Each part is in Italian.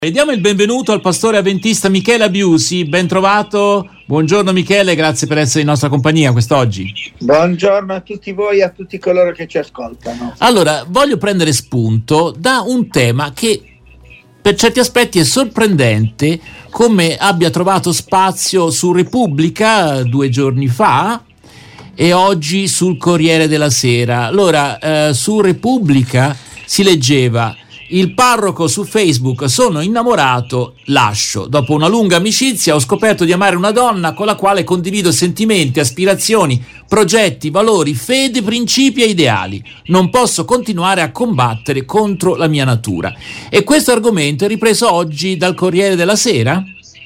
E diamo il benvenuto al pastore avventista Michele Abiusi. Ben trovato, buongiorno Michele, grazie per essere in nostra compagnia quest'oggi. Buongiorno a tutti voi e a tutti coloro che ci ascoltano. Allora, voglio prendere spunto da un tema che per certi aspetti è sorprendente come abbia trovato spazio su Repubblica 2 giorni fa e oggi sul Corriere della Sera. Allora, su Repubblica si leggeva: il parroco su Facebook, sono innamorato, lascio. Dopo una lunga amicizia ho scoperto di amare una donna con la quale condivido sentimenti, aspirazioni, progetti, valori, fede, principi e ideali. Non posso continuare a combattere contro la mia natura. E questo argomento è ripreso oggi dal Corriere della Sera.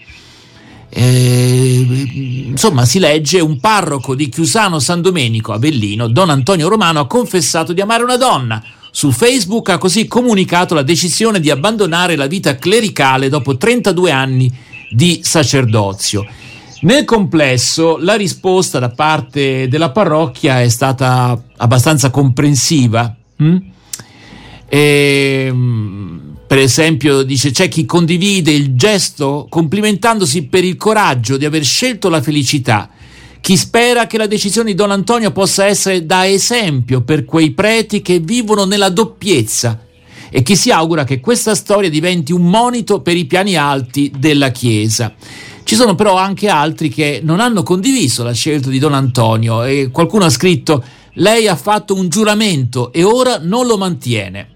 Insomma, si legge: un parroco di Chiusano San Domenico, Avellino, Don Antonio Romano, ha confessato di amare una donna. Su Facebook ha così comunicato la decisione di abbandonare la vita clericale dopo 32 anni di sacerdozio. Nel complesso la risposta da parte della parrocchia è stata abbastanza comprensiva. Per esempio dice: c'è chi condivide il gesto complimentandosi per il coraggio di aver scelto la felicità. Chi spera che la decisione di Don Antonio possa essere da esempio per quei preti che vivono nella doppiezza, e chi si augura che questa storia diventi un monito per i piani alti della Chiesa. Ci sono però anche altri che non hanno condiviso la scelta di Don Antonio, e qualcuno ha scritto: lei ha fatto un giuramento e ora non lo mantiene.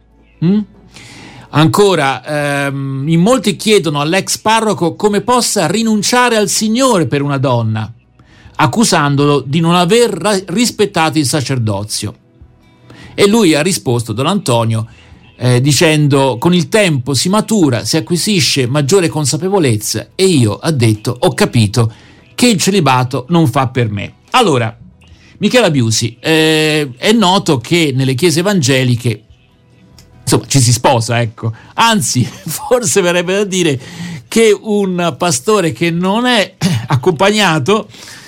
Ancora, in molti chiedono all'ex parroco come possa rinunciare al Signore per una donna, accusandolo di non aver rispettato il sacerdozio. E lui ha risposto, Don Antonio, dicendo: con il tempo si matura, si acquisisce maggiore consapevolezza, e io, ha detto, ho capito che il celibato non fa per me. Allora, Michele Abiusi, è noto che nelle chiese evangeliche, insomma, ci si sposa, ecco. Anzi, forse verrebbe da dire che un pastore che non è accompagnato,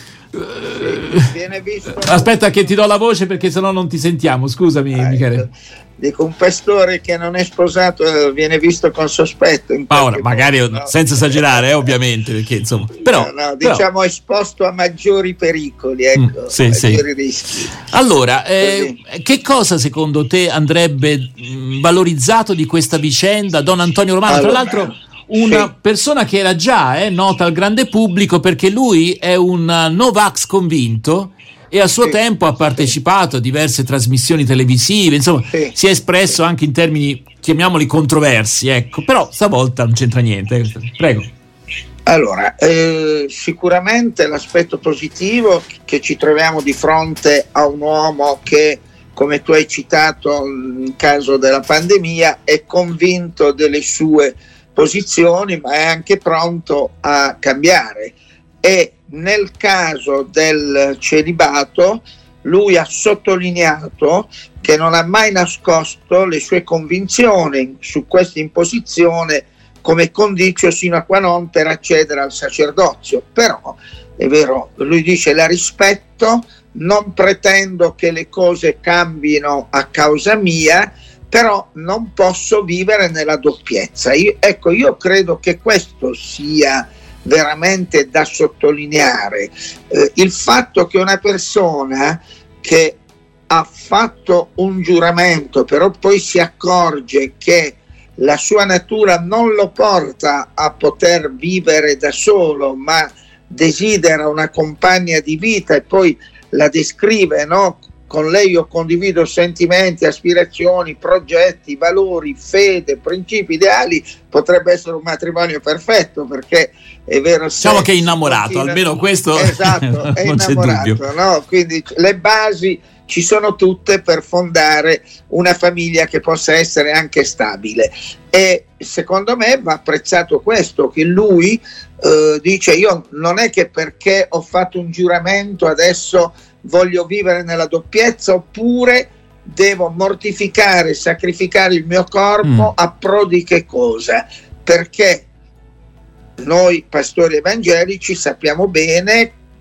viene visto... Aspetta che ti do la voce perché sennò non ti sentiamo, scusami Michele. Dico, un pastore che non è sposato viene visto con sospetto. Ma ora, magari no, senza esagerare, ovviamente, perché insomma, però, diciamo però, esposto a maggiori pericoli, ecco, maggiori rischi. Allora, che cosa secondo te andrebbe valorizzato di questa vicenda, Don Antonio Romano? Tra l'altro una persona che era già nota al grande pubblico perché lui è un Novax convinto e a suo tempo ha partecipato a diverse trasmissioni televisive, insomma si è espresso anche in termini, chiamiamoli, controversi, ecco, però stavolta non c'entra niente. Prego. Allora, sicuramente l'aspetto positivo che ci troviamo di fronte a un uomo che, come tu hai citato in caso della pandemia, è convinto delle sue posizioni, ma è anche pronto a cambiare. E nel caso del celibato lui ha sottolineato che non ha mai nascosto le sue convinzioni su questa imposizione come conditio sine qua non per accedere al sacerdozio. Però è vero, lui dice: la rispetto, non pretendo che le cose cambino a causa mia, però non posso vivere nella doppiezza. Io credo che questo sia veramente da sottolineare. Il fatto che una persona che ha fatto un giuramento, però poi si accorge che la sua natura non lo porta a poter vivere da solo, ma desidera una compagna di vita, e poi la descrive, no? Con lei io condivido sentimenti, aspirazioni, progetti, valori, fede, principi, ideali. Potrebbe essere un matrimonio perfetto, perché è vero. Diciamo che è innamorato, almeno questo. Esatto, è non innamorato, c'è dubbio. No? Quindi le basi ci sono tutte per fondare una famiglia che possa essere anche stabile. E secondo me va apprezzato questo, che lui dice: io non è che perché ho fatto un giuramento adesso voglio vivere nella doppiezza, oppure devo mortificare, sacrificare il mio corpo a pro di che cosa? Perché noi pastori evangelici sappiamo bene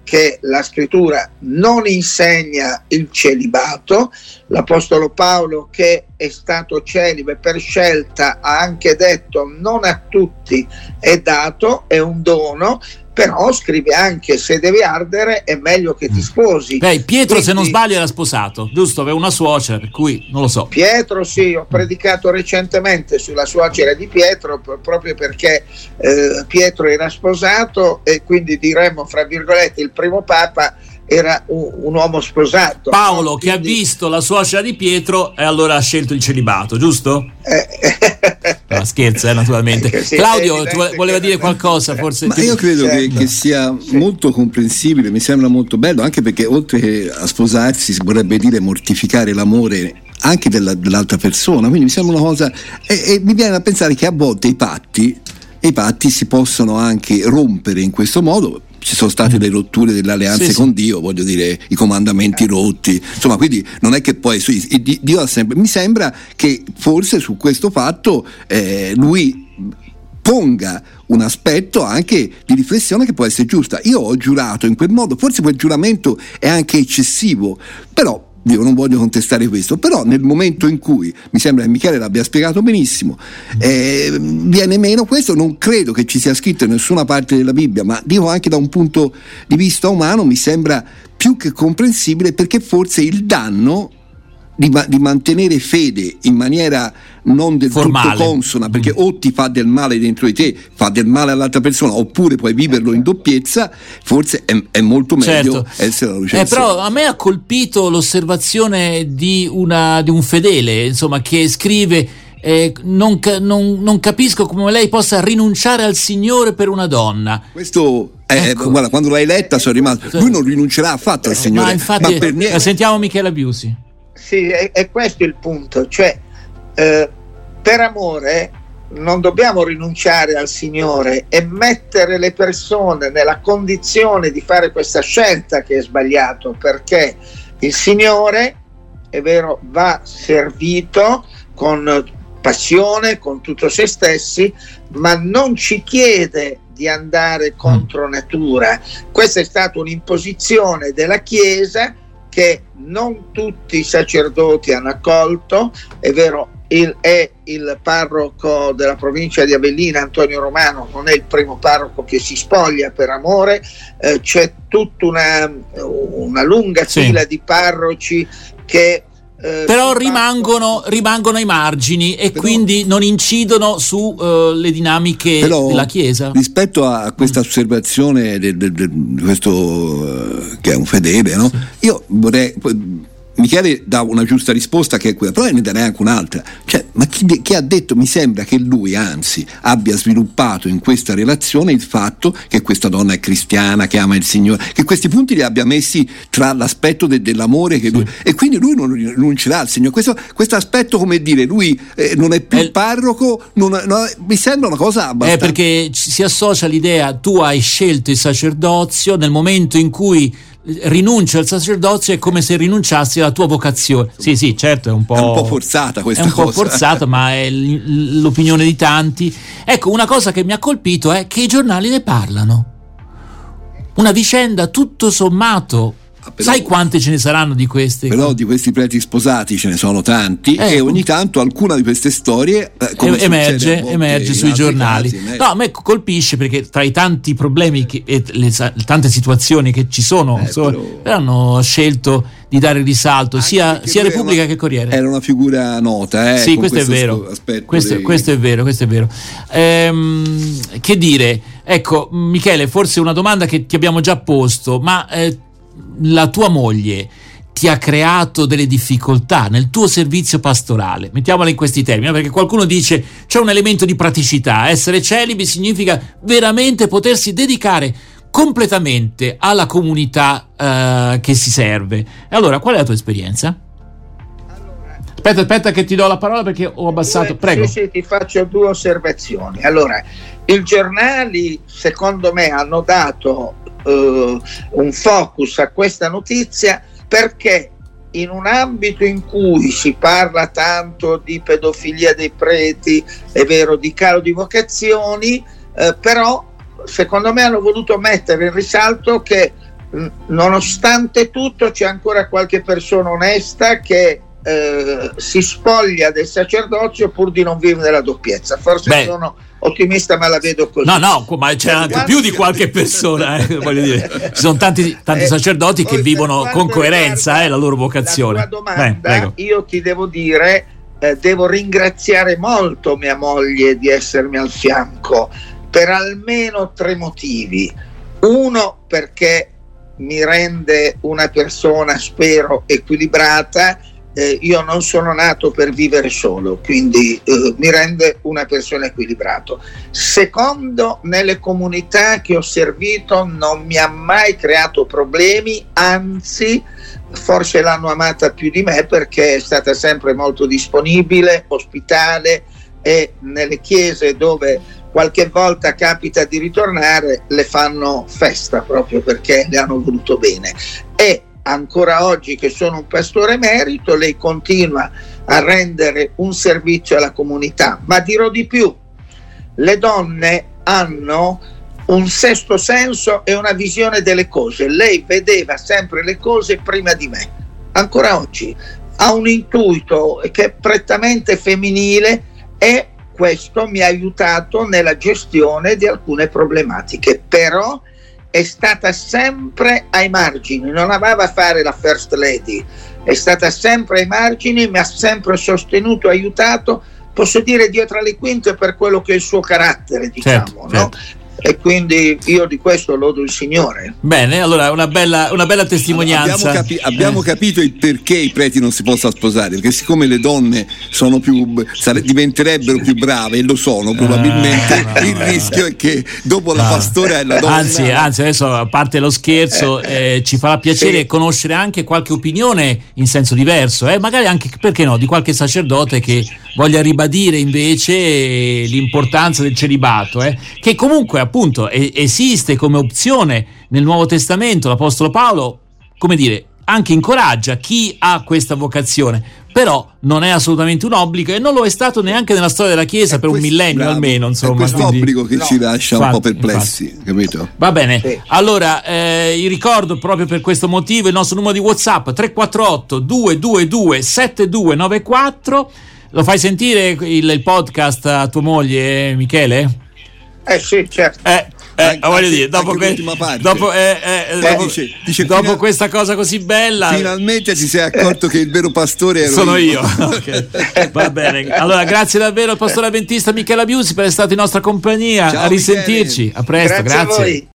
che la scrittura non insegna il celibato. L'Apostolo Paolo, che è stato celibe per scelta, ha anche detto: non a tutti è dato, è un dono. Però scrive anche: se devi ardere è meglio che ti sposi. Pietro, quindi, se non sbaglio, era sposato, giusto? Aveva una suocera, per cui non lo so. Pietro, sì, ho predicato recentemente sulla suocera di Pietro, proprio perché Pietro era sposato, e quindi diremmo, fra virgolette, il primo papa era un uomo sposato. Paolo, no? che ha visto la suocera di Pietro e allora ha scelto il celibato, giusto? No, scherzo, naturalmente. Sì, Claudio, tu voleva dire qualcosa, forse? Ma io credo che sia molto comprensibile, mi sembra molto bello, anche perché oltre che a sposarsi si vorrebbe dire mortificare l'amore anche dell'altra persona, quindi mi sembra una cosa, e mi viene da pensare che a volte i patti si possono anche rompere in questo modo. Ci sono state le rotture delle alleanze con Dio, voglio dire, i comandamenti rotti, insomma, quindi non è che poi Dio ha sempre, mi sembra che forse su questo fatto lui ponga un aspetto anche di riflessione che può essere giusta. Io ho giurato in quel modo, forse quel giuramento è anche eccessivo, però io non voglio contestare questo, però nel momento in cui mi sembra che Michele l'abbia spiegato benissimo, viene meno questo. Non credo che ci sia scritto in nessuna parte della Bibbia, ma dico anche da un punto di vista umano mi sembra più che comprensibile, perché forse il danno di mantenere fede in maniera non del formale, tutto consona, perché o ti fa del male dentro di te, fa del male all'altra persona, oppure puoi viverlo in doppiezza, forse è molto meglio essere alla luce. Però a me ha colpito l'osservazione di un fedele, insomma, che scrive: non capisco come lei possa rinunciare al Signore per una donna. Questo guarda, quando l'hai letta sono rimasto, lui non rinuncerà affatto al Signore, ma infatti, per niente. Sentiamo Michela Biusi. Sì, è questo il punto, cioè per amore non dobbiamo rinunciare al Signore e mettere le persone nella condizione di fare questa scelta che è sbagliato, perché il Signore, è vero, va servito con passione, con tutto se stessi, ma non ci chiede di andare contro natura. Questa è stata un'imposizione della Chiesa che non tutti i sacerdoti hanno accolto. È vero, è il parroco della provincia di Avellino, Antonio Romano, non è il primo parroco che si spoglia per amore, c'è tutta una lunga fila di parroci che però rimangono ai margini e quindi non incidono su le dinamiche della Chiesa. Rispetto a questa osservazione di questo che è un fedele, no? Io vorrei, Michele dà una giusta risposta che è quella, però ne darei anche un'altra, cioè, ma chi ha detto? Mi sembra che lui anzi abbia sviluppato in questa relazione il fatto che questa donna è cristiana, che ama il Signore, che questi punti li abbia messi tra l'aspetto dell'amore che lui, e quindi lui non rinuncerà al Signore. Questo aspetto, come dire, lui non è più parroco, mi sembra una cosa abbastanza, perché si associa l'idea: tu hai scelto il sacerdozio, nel momento in cui rinunci al sacerdozio è come se rinunciassi alla tua vocazione. Sì, certo, è un po' forzata questa cosa. È un po' forzata, ma è l'opinione di tanti. Ecco, una cosa che mi ha colpito è che i giornali ne parlano. Una vicenda tutto sommato. Però, sai quante ce ne saranno di queste? Però di questi preti sposati ce ne sono tanti, e ogni tanto alcuna di queste storie emerge sui giornali. No, a me colpisce perché tra i tanti problemi e le tante situazioni che ci sono, però hanno scelto di dare risalto sia Repubblica che Corriere. Era una figura nota, sì, questo è vero. Questo è vero. Che dire? Ecco, Michele, forse una domanda che ti abbiamo già posto, ma la tua moglie ti ha creato delle difficoltà nel tuo servizio pastorale? Mettiamola in questi termini, perché qualcuno dice c'è un elemento di praticità, essere celibi significa veramente potersi dedicare completamente alla comunità che si serve. E allora, qual è la tua esperienza? Aspetta che ti do la parola perché ho abbassato. Prego. Sì, ti faccio due osservazioni. Allora, i giornali secondo me hanno dato un focus a questa notizia perché in un ambito in cui si parla tanto di pedofilia dei preti, è vero, di calo di vocazioni, però secondo me hanno voluto mettere in risalto che nonostante tutto c'è ancora qualche persona onesta che si spoglia del sacerdozio pur di non vivere nella doppiezza. Forse sono ottimista, ma la vedo così. No, ma c'è anche più di qualche persona, voglio dire. Ci sono tanti sacerdoti che vivono con coerenza la loro vocazione. La tua domanda, io ti devo dire, devo ringraziare molto mia moglie di essermi al fianco per almeno 3 motivi. Uno, perché mi rende una persona, spero, equilibrata. Io non sono nato per vivere solo, quindi mi rende una persona equilibrata. Secondo, nelle comunità che ho servito non mi ha mai creato problemi, anzi forse l'hanno amata più di me perché è stata sempre molto disponibile, ospitale, e nelle chiese dove qualche volta capita di ritornare le fanno festa proprio perché le hanno voluto bene. E ancora oggi che sono un pastore emerito, lei continua a rendere un servizio alla comunità, ma dirò di più: le donne hanno un sesto senso e una visione delle cose. Lei vedeva sempre le cose prima di me, ancora oggi ha un intuito che è prettamente femminile e questo mi ha aiutato nella gestione di alcune problematiche, però è stata sempre ai margini, non amava fare la first lady, è stata sempre ai margini, mi ha sempre sostenuto, aiutato, posso dire dietro le quinte per quello che è il suo carattere, diciamo, certo. No? E quindi io di questo lodo il Signore. Bene, allora una bella testimonianza. Abbiamo capito il perché i preti non si possano sposare, perché siccome le donne sono diventerebbero più brave, e lo sono probabilmente, il rischio è che dopo la pastora è la donna. Anzi, adesso, a parte lo scherzo, ci farà piacere conoscere anche qualche opinione in senso diverso, magari anche, perché no, di qualche sacerdote che voglia ribadire invece l'importanza del celibato, che comunque appunto esiste come opzione nel Nuovo Testamento. L'Apostolo Paolo, come dire, anche incoraggia chi ha questa vocazione, però non è assolutamente un obbligo e non lo è stato neanche nella storia della Chiesa per un millennio almeno, insomma. È questo obbligo che ci lascia un po' perplessi, capito? Va bene, allora vi ricordo proprio per questo motivo il nostro numero di WhatsApp 348 222 7294. Lo fai sentire il podcast a tua moglie, Michele? Sì, certo. Voglio dire, dopo questa cosa così bella, finalmente ti sei accorto che il vero pastore sono io. Okay. Va bene, allora grazie davvero al pastore avventista Michele Abiusi per essere stato in nostra compagnia. Ciao, a risentirci, Michele. A presto, grazie. A voi.